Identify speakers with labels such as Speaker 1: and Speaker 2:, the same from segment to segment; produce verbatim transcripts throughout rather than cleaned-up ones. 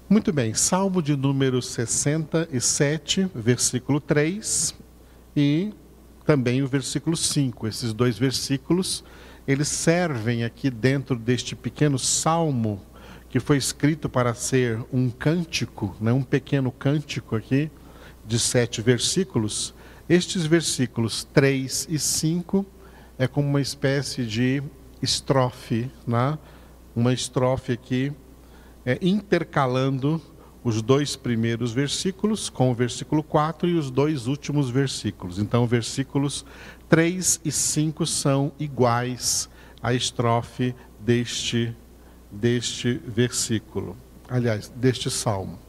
Speaker 1: Muito bem, Salmo de número sessenta e sete, versículo três e também o versículo cinco. Esses dois versículos, eles servem aqui dentro deste pequeno salmo que foi escrito para ser um cântico, né? Um pequeno cântico aqui de sete versículos. Estes versículos três e cinco é como uma espécie de estrofe, né? Uma estrofe aqui é, intercalando os dois primeiros versículos com o versículo quatro e os dois últimos versículos. Então, versículos três e cinco são iguais à estrofe deste, deste versículo, aliás, deste salmo.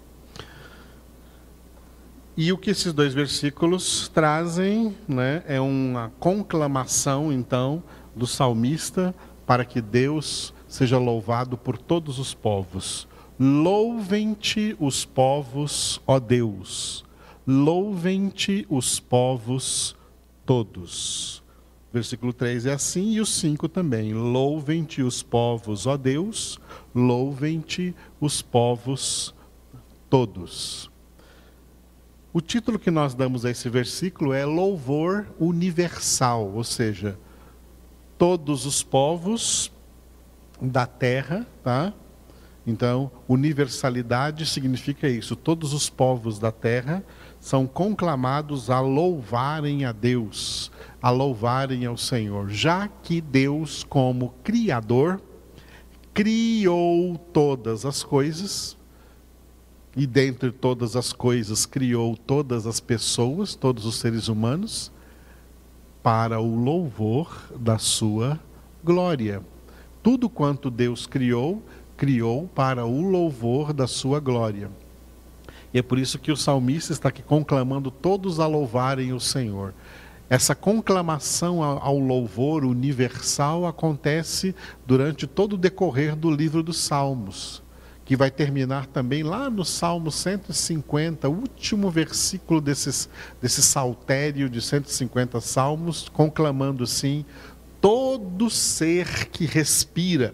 Speaker 1: E o que esses dois versículos trazem, né, é uma conclamação, então, do salmista para que Deus seja louvado por todos os povos. Louvem-te os povos, ó Deus, louvem-te os povos todos. Versículo três é assim e o cinco também. Louvem-te os povos, ó Deus, louvem-te os povos todos. O título que nós damos a esse versículo é Louvor Universal, ou seja, todos os povos da terra, tá? Então, universalidade significa isso. Todos os povos da terra são conclamados a louvarem a Deus, a louvarem ao Senhor, já que Deus, como Criador, criou todas as coisas, e dentre todas as coisas criou todas as pessoas, todos os seres humanos, para o louvor da sua glória. Tudo quanto Deus criou, criou para o louvor da sua glória. E é por isso que o salmista está aqui conclamando todos a louvarem o Senhor. Essa conclamação ao louvor universal acontece durante todo o decorrer do livro dos Salmos, que vai terminar também lá no Salmo cento e cinquenta, último versículo desses, desse saltério de cento e cinquenta salmos, conclamando assim: todo ser que respira,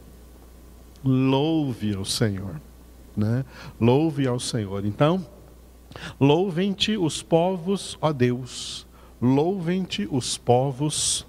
Speaker 1: louve ao Senhor, né? Louve ao Senhor. Então, louvem-te os povos, ó Deus, louvem-te os povos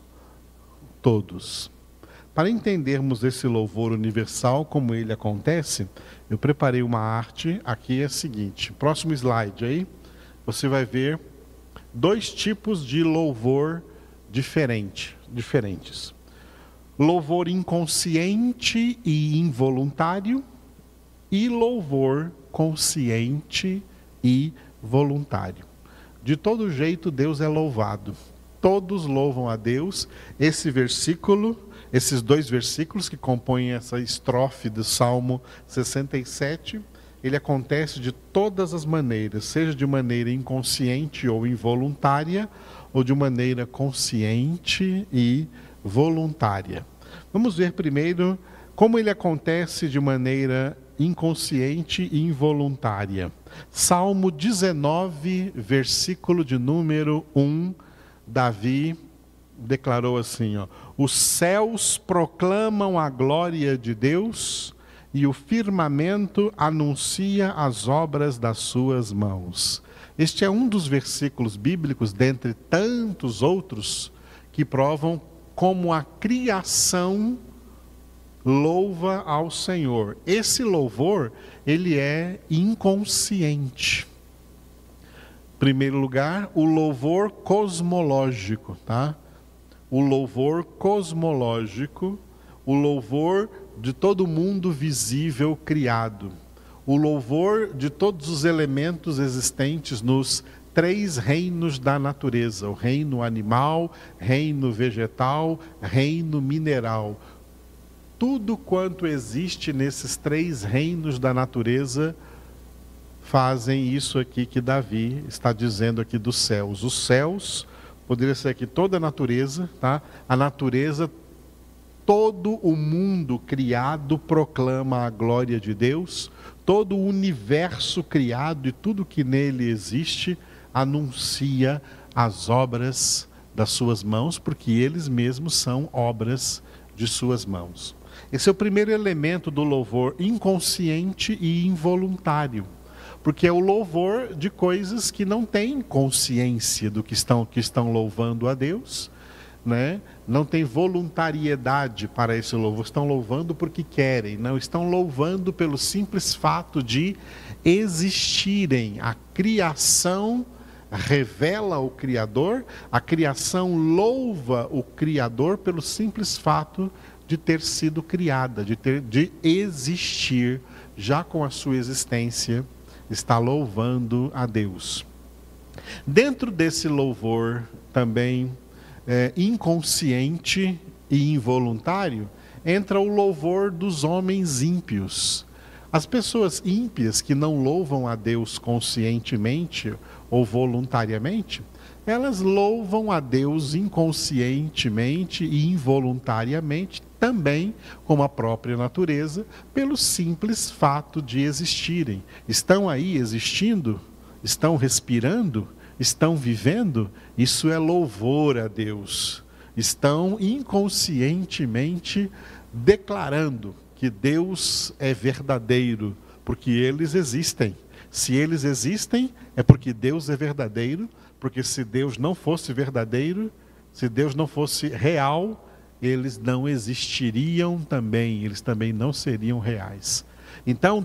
Speaker 1: todos. Para entendermos esse louvor universal, como ele acontece, eu preparei uma arte, aqui é a seguinte, próximo slide aí, você vai ver dois tipos de louvor diferente, diferentes. Louvor inconsciente e involuntário e louvor consciente e voluntário. De todo jeito, Deus é louvado. Todos louvam a Deus. Esse versículo, esses dois versículos que compõem essa estrofe do Salmo sessenta e sete, ele acontece de todas as maneiras, seja de maneira inconsciente ou involuntária, ou de maneira consciente e voluntária. Vamos ver primeiro como ele acontece de maneira inconsciente e involuntária. Salmo dezenove, versículo de número um, Davi declarou assim, ó: os céus proclamam a glória de Deus e o firmamento anuncia as obras das suas mãos. Este é um dos versículos bíblicos, dentre tantos outros, que provam como a criação louva ao Senhor. Esse louvor, ele é inconsciente. Em primeiro lugar, o louvor cosmológico, tá? O louvor cosmológico, o louvor de todo mundo visível criado, o louvor de todos os elementos existentes nos três reinos da natureza: o reino animal, reino vegetal, reino mineral. Tudo quanto existe nesses três reinos da natureza fazem isso aqui que Davi está dizendo aqui dos céus. Os céus, poderia ser aqui toda a natureza, tá? A natureza, todo o mundo criado proclama a glória de Deus, todo o universo criado e tudo que nele existe anuncia as obras das suas mãos, porque eles mesmos são obras de suas mãos. Esse é o primeiro elemento do louvor inconsciente e involuntário, porque é o louvor de coisas que não têm consciência do que estão, que estão louvando a Deus, né? Não tem voluntariedade para esse louvor, estão louvando porque querem, não estão louvando pelo simples fato de existirem. A criação revela o Criador, a criação louva o Criador pelo simples fato de ter sido criada, de, ter, de existir, já com a sua existência, está louvando a Deus. Dentro desse louvor também é, inconsciente e involuntário, entra o louvor dos homens ímpios. As pessoas ímpias que não louvam a Deus conscientemente ou voluntariamente, elas louvam a Deus inconscientemente e involuntariamente, também como a própria natureza, pelo simples fato de existirem. Estão aí existindo, estão respirando, estão vivendo, isso é louvor a Deus. Estão inconscientemente declarando que Deus é verdadeiro, porque eles existem. Se eles existem, é porque Deus é verdadeiro, porque se Deus não fosse verdadeiro, se Deus não fosse real, eles não existiriam também, eles também não seriam reais. Então,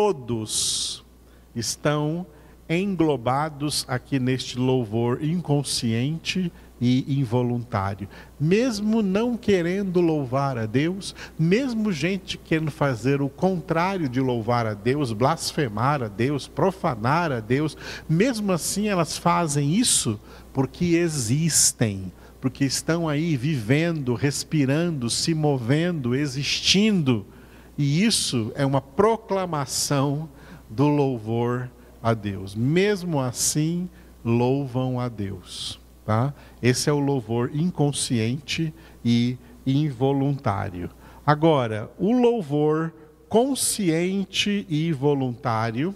Speaker 1: todos estão englobados aqui neste louvor inconsciente e involuntário. Mesmo não querendo louvar a Deus, mesmo gente querendo fazer o contrário de louvar a Deus, blasfemar a Deus, profanar a Deus, mesmo assim elas fazem isso porque existem, porque estão aí vivendo, respirando, se movendo, existindo. E isso é uma proclamação do louvor a Deus. Mesmo assim, louvam a Deus. Tá? Esse é o louvor inconsciente e involuntário. Agora, o louvor consciente e voluntário,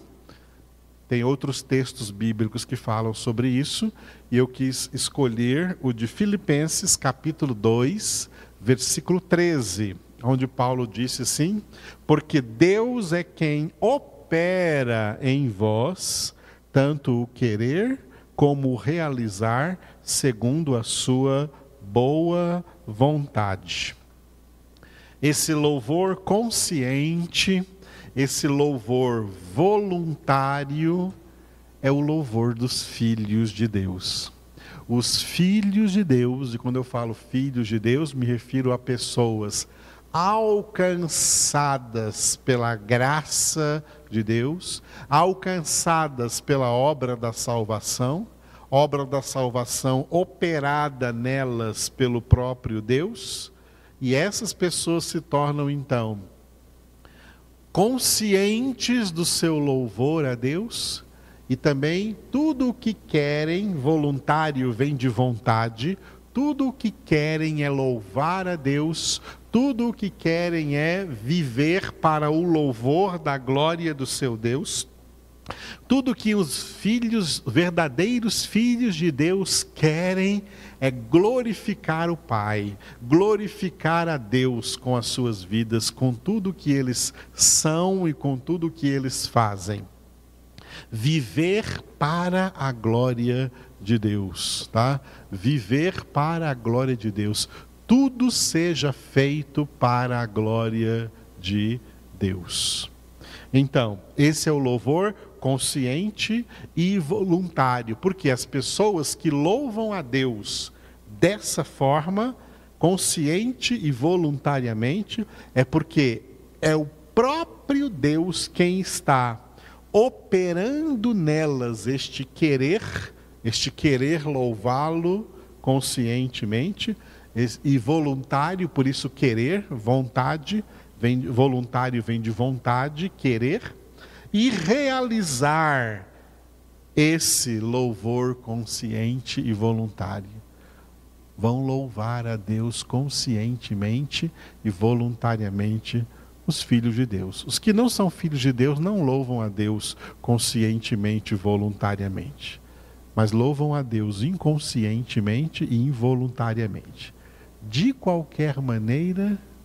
Speaker 1: tem outros textos bíblicos que falam sobre isso, e eu quis escolher o de Filipenses, capítulo dois, versículo treze, onde Paulo disse assim: porque Deus é quem opera em vós, tanto o querer como o realizar, segundo a sua boa vontade. Esse louvor consciente, esse louvor voluntário, é o louvor dos filhos de Deus. Os filhos de Deus, e quando eu falo filhos de Deus, me refiro a pessoas alcançadas pela graça de Deus, alcançadas pela obra da salvação, obra da salvação operada nelas pelo próprio Deus, e essas pessoas se tornam então conscientes do seu louvor a Deus, e também tudo o que querem, voluntário vem de vontade, tudo o que querem é louvar a Deus, tudo o que querem é viver para o louvor da glória do seu Deus. Tudo que os filhos, verdadeiros filhos de Deus querem é glorificar o Pai, glorificar a Deus com as suas vidas, com tudo que eles são e com tudo que eles fazem. Viver para a glória de Deus, tá? Viver para a glória de Deus. Tudo seja feito para a glória de Deus. Então, esse é o louvor consciente e voluntário, porque as pessoas que louvam a Deus dessa forma, consciente e voluntariamente, é porque é o próprio Deus quem está operando nelas este querer, este querer louvá-lo conscientemente e voluntário, por isso querer, vontade, vem, voluntário vem de vontade, querer, e realizar esse louvor consciente e voluntário. Vão louvar a Deus conscientemente e voluntariamente os filhos de Deus. Os que não são filhos de Deus não louvam a Deus conscientemente e voluntariamente, mas louvam a Deus inconscientemente e involuntariamente. De qualquer maneira,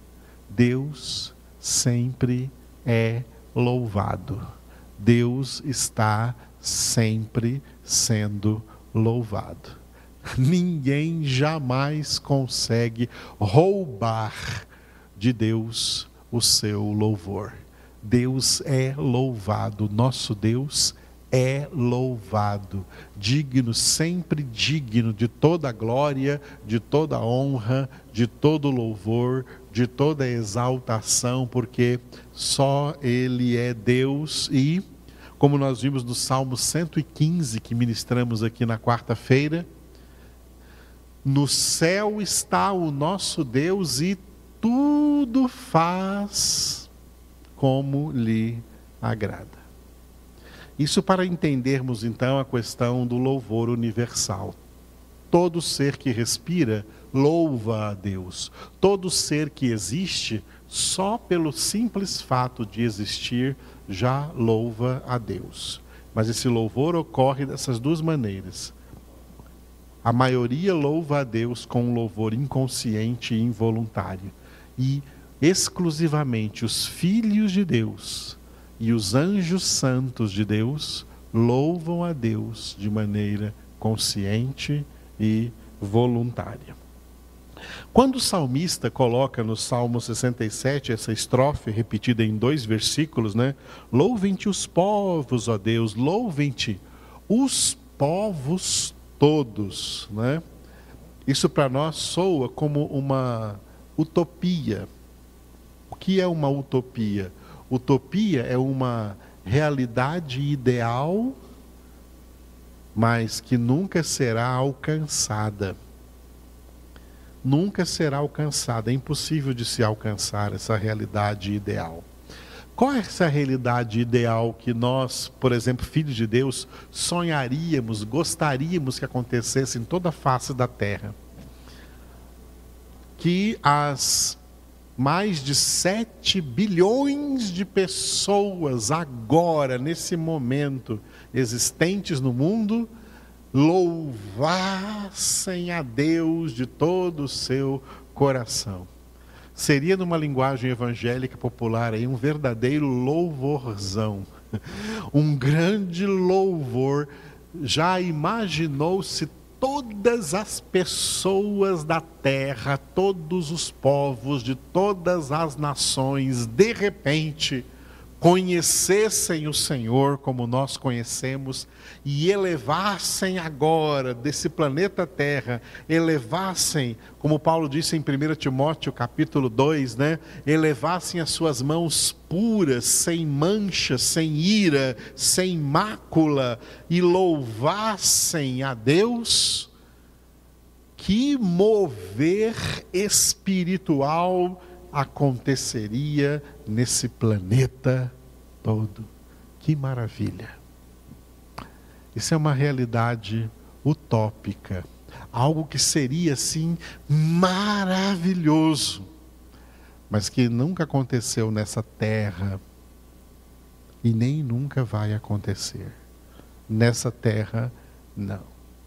Speaker 1: Deus sempre é louvado. Deus está sempre sendo louvado. Ninguém jamais consegue roubar de Deus o seu louvor. Deus é louvado, nosso Deus é louvado, digno, sempre digno de toda a glória, de toda a honra, de todo louvor, de toda a exaltação, porque só Ele é Deus. E, como nós vimos no Salmo cento e quinze, que ministramos aqui na quarta-feira, no céu está o nosso Deus e tudo faz como lhe agrada. Isso para entendermos então a questão do louvor universal. Todo ser que respira louva a Deus. Todo ser que existe, só pelo simples fato de existir, já louva a Deus. Mas esse louvor ocorre dessas duas maneiras. A maioria louva a Deus com um louvor inconsciente e involuntário. E exclusivamente os filhos de Deus e os anjos santos de Deus louvam a Deus de maneira consciente e voluntária. Quando o salmista coloca no Salmo sessenta e sete essa estrofe repetida em dois versículos, né? Louvem-te os povos, ó Deus, louvem-te os povos todos, né? Isso para nós soa como uma utopia. O que é uma utopia? Utopia é uma realidade ideal, mas que nunca será alcançada. Nunca será alcançada. É impossível de se alcançar essa realidade ideal. Qual é essa realidade ideal que nós, por exemplo, filhos de Deus, sonharíamos, gostaríamos que acontecesse em toda a face da terra? Que as mais de sete bilhões de pessoas agora, nesse momento, existentes no mundo, louvassem a Deus de todo o seu coração. Seria, numa linguagem evangélica popular, aí, um verdadeiro louvorzão, um grande louvor. Já imaginou-se todas as pessoas da terra, todos os povos de todas as nações, de repente, conhecessem o Senhor como nós conhecemos e elevassem agora desse planeta Terra, elevassem, como Paulo disse em primeiro Timóteo capítulo dois, né? Elevassem as suas mãos puras, sem mancha, sem ira, sem mácula, e louvassem a Deus. Que mover espiritual aconteceria nesse planeta todo. Que maravilha! Isso é uma realidade utópica, algo que seria assim maravilhoso, mas que nunca aconteceu nessa terra e nem nunca vai acontecer. Nessa terra, não.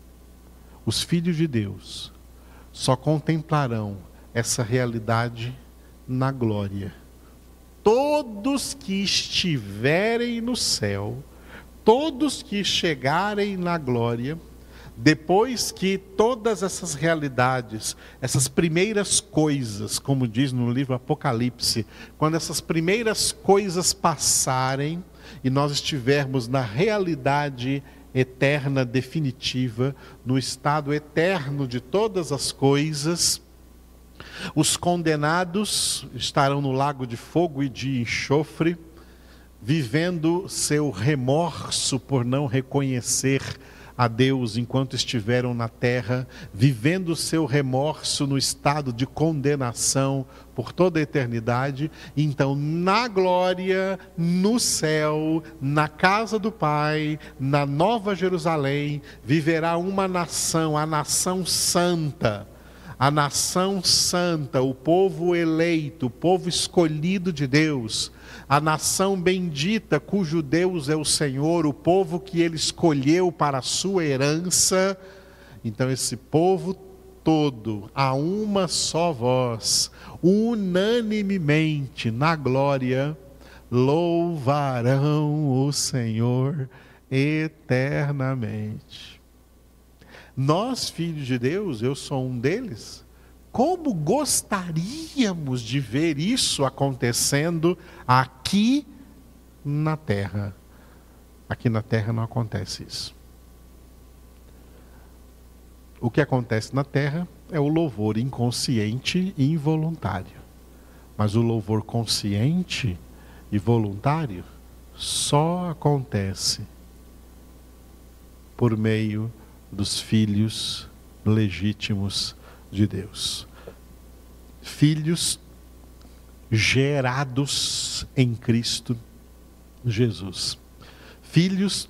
Speaker 1: Os filhos de Deus só contemplarão essa realidade na glória. Todos que estiverem no céu, todos que chegarem na glória, depois que todas essas realidades, essas primeiras coisas, como diz no livro Apocalipse, quando essas primeiras coisas passarem e nós estivermos na realidade eterna, definitiva, no estado eterno de todas as coisas, os condenados estarão no lago de fogo e de enxofre, vivendo seu remorso por não reconhecer a Deus enquanto estiveram na terra, vivendo seu remorso no estado de condenação por toda a eternidade. Então, na glória, no céu, na casa do Pai, na Nova Jerusalém, viverá uma nação, a nação santa, a nação santa, o povo eleito, o povo escolhido de Deus, a nação bendita, cujo Deus é o Senhor, o povo que Ele escolheu para a sua herança. Então esse povo todo, a uma só voz, unanimemente na glória, louvarão o Senhor eternamente. Nós, filhos de Deus, eu sou um deles, como gostaríamos de ver isso acontecendo aqui na terra. Aqui na terra não acontece isso. O que acontece na terra é o louvor inconsciente e involuntário. Mas o louvor consciente e voluntário só acontece por meio dos filhos legítimos de Deus. Filhos gerados em Cristo Jesus. Filhos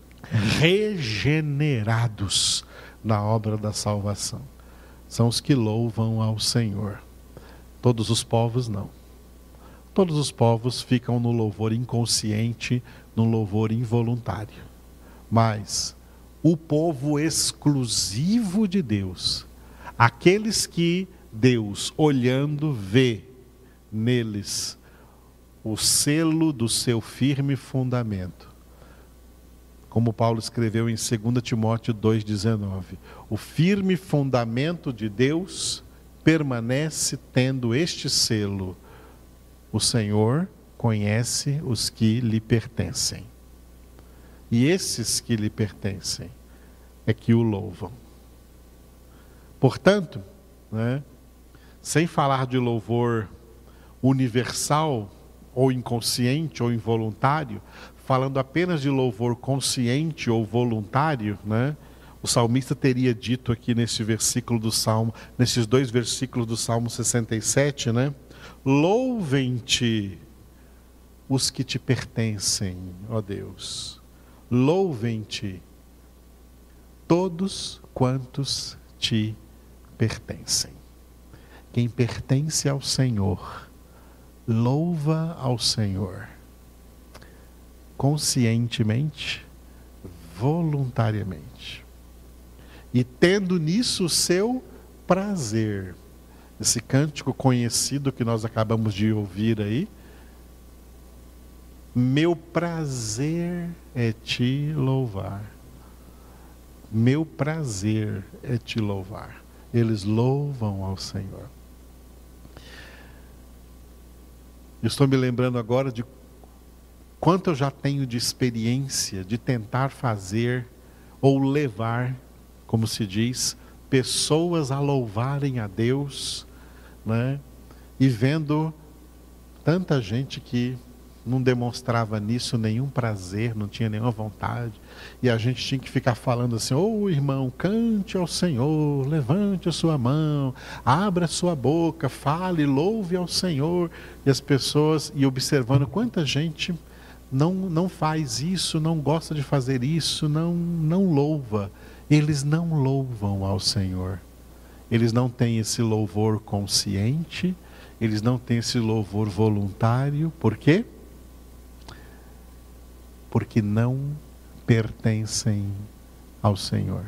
Speaker 1: regenerados na obra da salvação. São os que louvam ao Senhor. Todos os povos não. Todos os povos ficam no louvor inconsciente, no louvor involuntário. Mas o povo exclusivo de Deus, aqueles que Deus, olhando, vê neles o selo do seu firme fundamento. Como Paulo escreveu em dois Timóteo dois, dezenove. O firme fundamento de Deus permanece tendo este selo: o Senhor conhece os que lhe pertencem. E esses que lhe pertencem é que o louvam. Portanto, né, sem falar de louvor universal, ou inconsciente, ou involuntário, falando apenas de louvor consciente ou voluntário, né, o salmista teria dito aqui nesse versículo do Salmo, nesses dois versículos do Salmo sessenta e sete, né? Louvem-te os que te pertencem, ó Deus. Louvem-te todos quantos te pertencem. Quem pertence ao Senhor, louva ao Senhor. Conscientemente, voluntariamente. E tendo nisso o seu prazer. Esse cântico conhecido que nós acabamos de ouvir aí. Meu prazer é te louvar. Meu prazer é te louvar. Eles louvam ao Senhor. Eu estou me lembrando agora de quanto eu já tenho de experiência de tentar fazer ou levar, como se diz, pessoas a louvarem a Deus, né? E vendo tanta gente que não demonstrava nisso nenhum prazer, não tinha nenhuma vontade, e a gente tinha que ficar falando assim: ô oh, irmão, cante ao Senhor, levante a sua mão, abra a sua boca, fale, louve ao Senhor. E as pessoas, e observando quanta gente não, não faz isso, não gosta de fazer isso, não, não louva. Eles não louvam ao Senhor. Eles não têm esse louvor consciente, eles não têm esse louvor voluntário. Por quê? Porque não pertencem ao Senhor.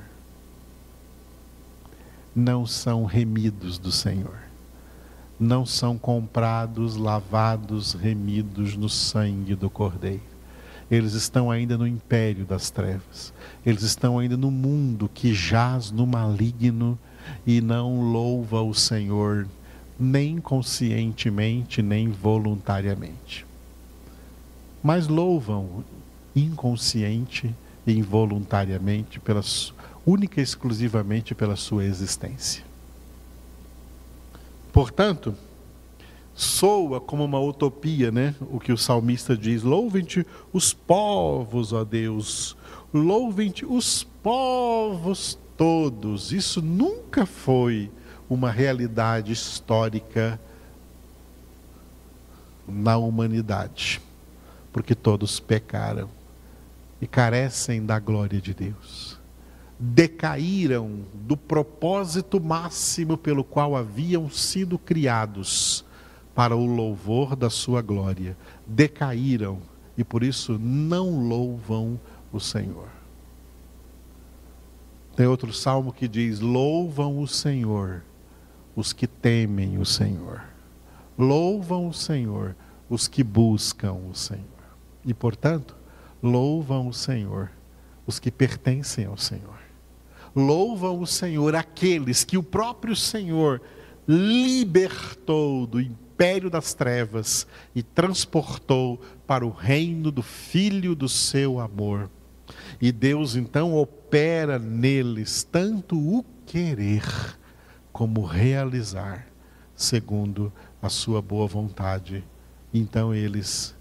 Speaker 1: Não são remidos do Senhor. Não são comprados, lavados, remidos no sangue do Cordeiro. Eles estão ainda no império das trevas. Eles estão ainda no mundo que jaz no maligno e não louva o Senhor, nem conscientemente, nem voluntariamente. Mas louvam inconsciente e involuntariamente, pela, única e exclusivamente pela sua existência. Portanto, soa como uma utopia, né? O que o salmista diz: louvem-te os povos, ó Deus, louvem-te os povos todos. Isso nunca foi uma realidade histórica na humanidade, porque todos pecaram e carecem da glória de Deus. Decaíram do propósito máximo pelo qual haviam sido criados, para o louvor da sua glória. Decaíram e por isso não louvam o Senhor. Tem outro salmo que diz: louvam o Senhor os que temem o Senhor. Louvam o Senhor os que buscam o Senhor. E, portanto, louvam o Senhor os que pertencem ao Senhor. Louvam o Senhor aqueles que o próprio Senhor libertou do império das trevas e transportou para o reino do Filho do seu amor. E Deus então opera neles tanto o querer como realizar, segundo a sua boa vontade. Então eles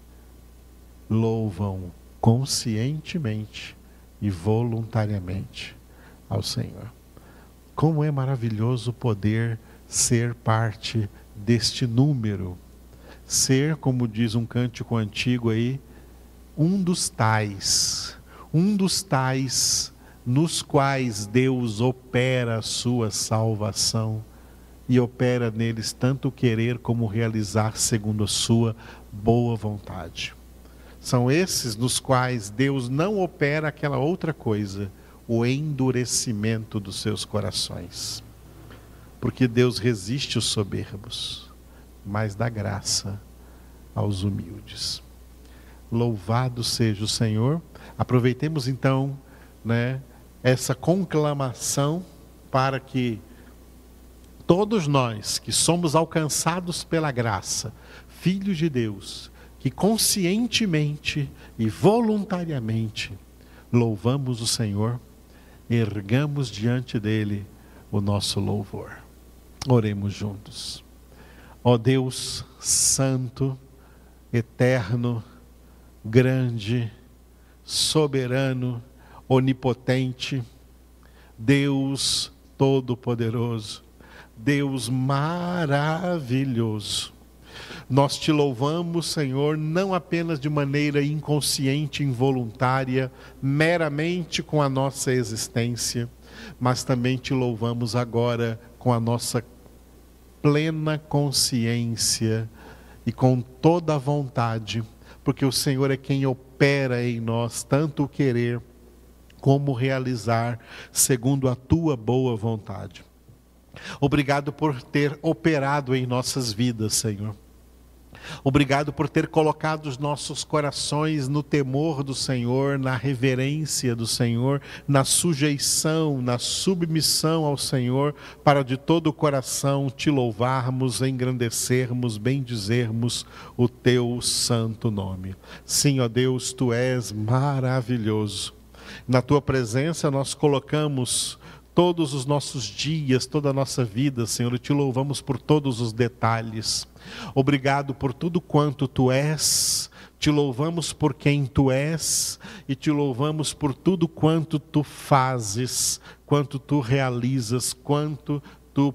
Speaker 1: louvam conscientemente e voluntariamente ao Senhor. Como é maravilhoso poder ser parte deste número, ser, como diz um cântico antigo aí, um dos tais, um dos tais nos quais Deus opera a sua salvação e opera neles tanto o querer como o realizar segundo a sua boa vontade. São esses nos quais Deus não opera aquela outra coisa, o endurecimento dos seus corações. Porque Deus resiste os soberbos, mas dá graça aos humildes. Louvado seja o Senhor. Aproveitemos então, né, essa conclamação para que todos nós que somos alcançados pela graça, filhos de Deus, que conscientemente e voluntariamente louvamos o Senhor, ergamos diante dele o nosso louvor. Oremos juntos. Ó Deus santo, eterno, grande, soberano, onipotente, Deus todo-poderoso, Deus maravilhoso. Nós te louvamos, Senhor, não apenas de maneira inconsciente, involuntária, meramente com a nossa existência, mas também te louvamos agora com a nossa plena consciência e com toda a vontade, porque o Senhor é quem opera em nós tanto o querer como realizar segundo a tua boa vontade. Obrigado por ter operado em nossas vidas, Senhor. Obrigado por ter colocado os nossos corações no temor do Senhor, na reverência do Senhor, na sujeição, na submissão ao Senhor, para de todo o coração te louvarmos, engrandecermos, bendizermos o teu santo nome. Sim, ó Deus, tu és maravilhoso. Na tua presença nós colocamos todos os nossos dias, toda a nossa vida, Senhor, e te louvamos por todos os detalhes. Obrigado por tudo quanto tu és, te louvamos por quem tu és e te louvamos por tudo quanto tu fazes, quanto tu realizas, quanto tu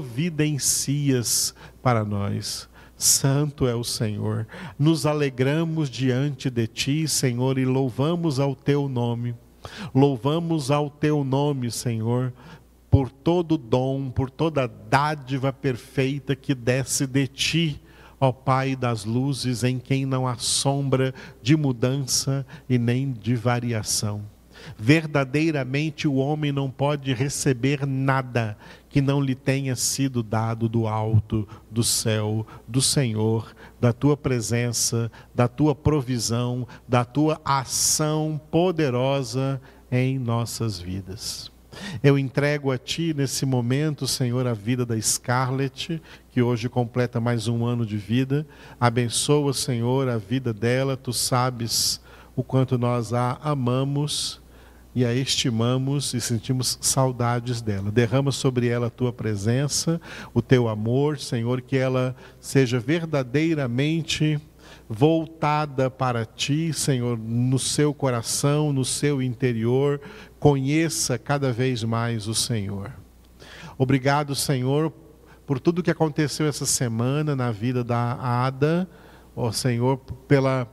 Speaker 1: providencias para nós. Santo é o Senhor. Nos alegramos diante de ti, Senhor, e louvamos ao teu nome. Louvamos ao teu nome, Senhor, por todo dom, por toda dádiva perfeita que desce de ti, ó Pai das luzes, em quem não há sombra de mudança e nem de variação. Verdadeiramente o homem não pode receber nada que não lhe tenha sido dado do alto, do céu, do Senhor, da tua presença, da tua provisão, da tua ação poderosa em nossas vidas. Eu entrego a ti nesse momento, Senhor, a vida da Scarlett, que hoje completa mais um ano de vida. Abençoa, Senhor, a vida dela. Tu sabes o quanto nós a amamos e a estimamos e sentimos saudades dela. Derrama sobre ela a tua presença, o teu amor, Senhor, que ela seja verdadeiramente voltada para ti, Senhor, no seu coração, no seu interior. Conheça cada vez mais o Senhor. Obrigado, Senhor, por tudo que aconteceu essa semana na vida da Ada, ó Senhor, pela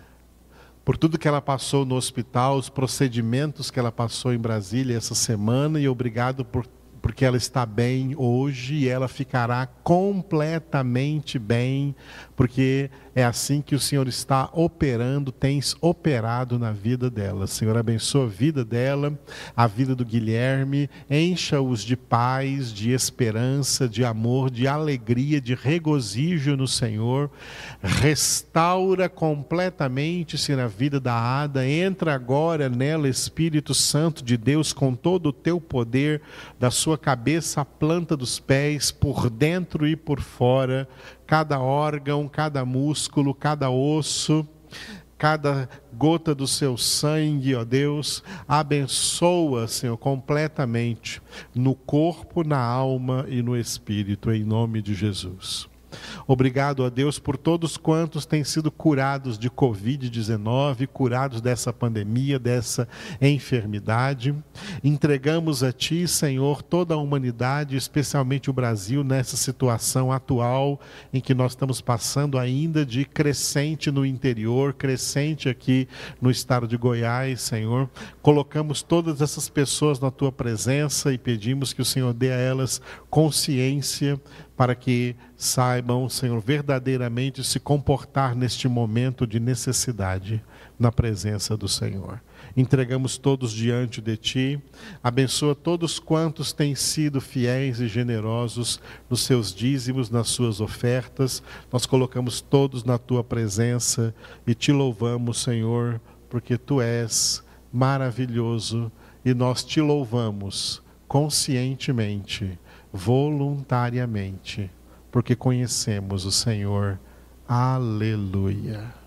Speaker 1: por tudo que ela passou no hospital, os procedimentos que ela passou em Brasília essa semana, e obrigado por, porque ela está bem hoje e ela ficará completamente bem, porque é assim que o Senhor está operando, tens operado na vida dela. Senhor, abençoa a vida dela, a vida do Guilherme, encha-os de paz, de esperança, de amor, de alegria, de regozijo no Senhor. Restaura completamente, Senhor, a vida da Ada. Entra agora nela, Espírito Santo de Deus, com todo o teu poder, da sua cabeça à planta dos pés, por dentro e por fora, cada órgão, cada músculo, cada osso, cada gota do seu sangue, ó Deus, abençoa, Senhor, completamente, no corpo, na alma e no espírito, em nome de Jesus. Obrigado a Deus por todos quantos têm sido curados de covid dezenove, curados dessa pandemia, dessa enfermidade. Entregamos a Ti, Senhor, toda a humanidade, especialmente o Brasil, nessa situação atual em que nós estamos passando ainda de crescente no interior, crescente aqui no estado de Goiás, Senhor. Colocamos todas essas pessoas na Tua presença e pedimos que o Senhor dê a elas consciência para que saibam, Senhor, verdadeiramente se comportar neste momento de necessidade na presença do Senhor. Entregamos todos diante de Ti, abençoa todos quantos têm sido fiéis e generosos nos seus dízimos, nas suas ofertas. Nós colocamos todos na Tua presença e Te louvamos, Senhor, porque Tu és maravilhoso e nós Te louvamos conscientemente, voluntariamente, porque conhecemos o Senhor. Aleluia.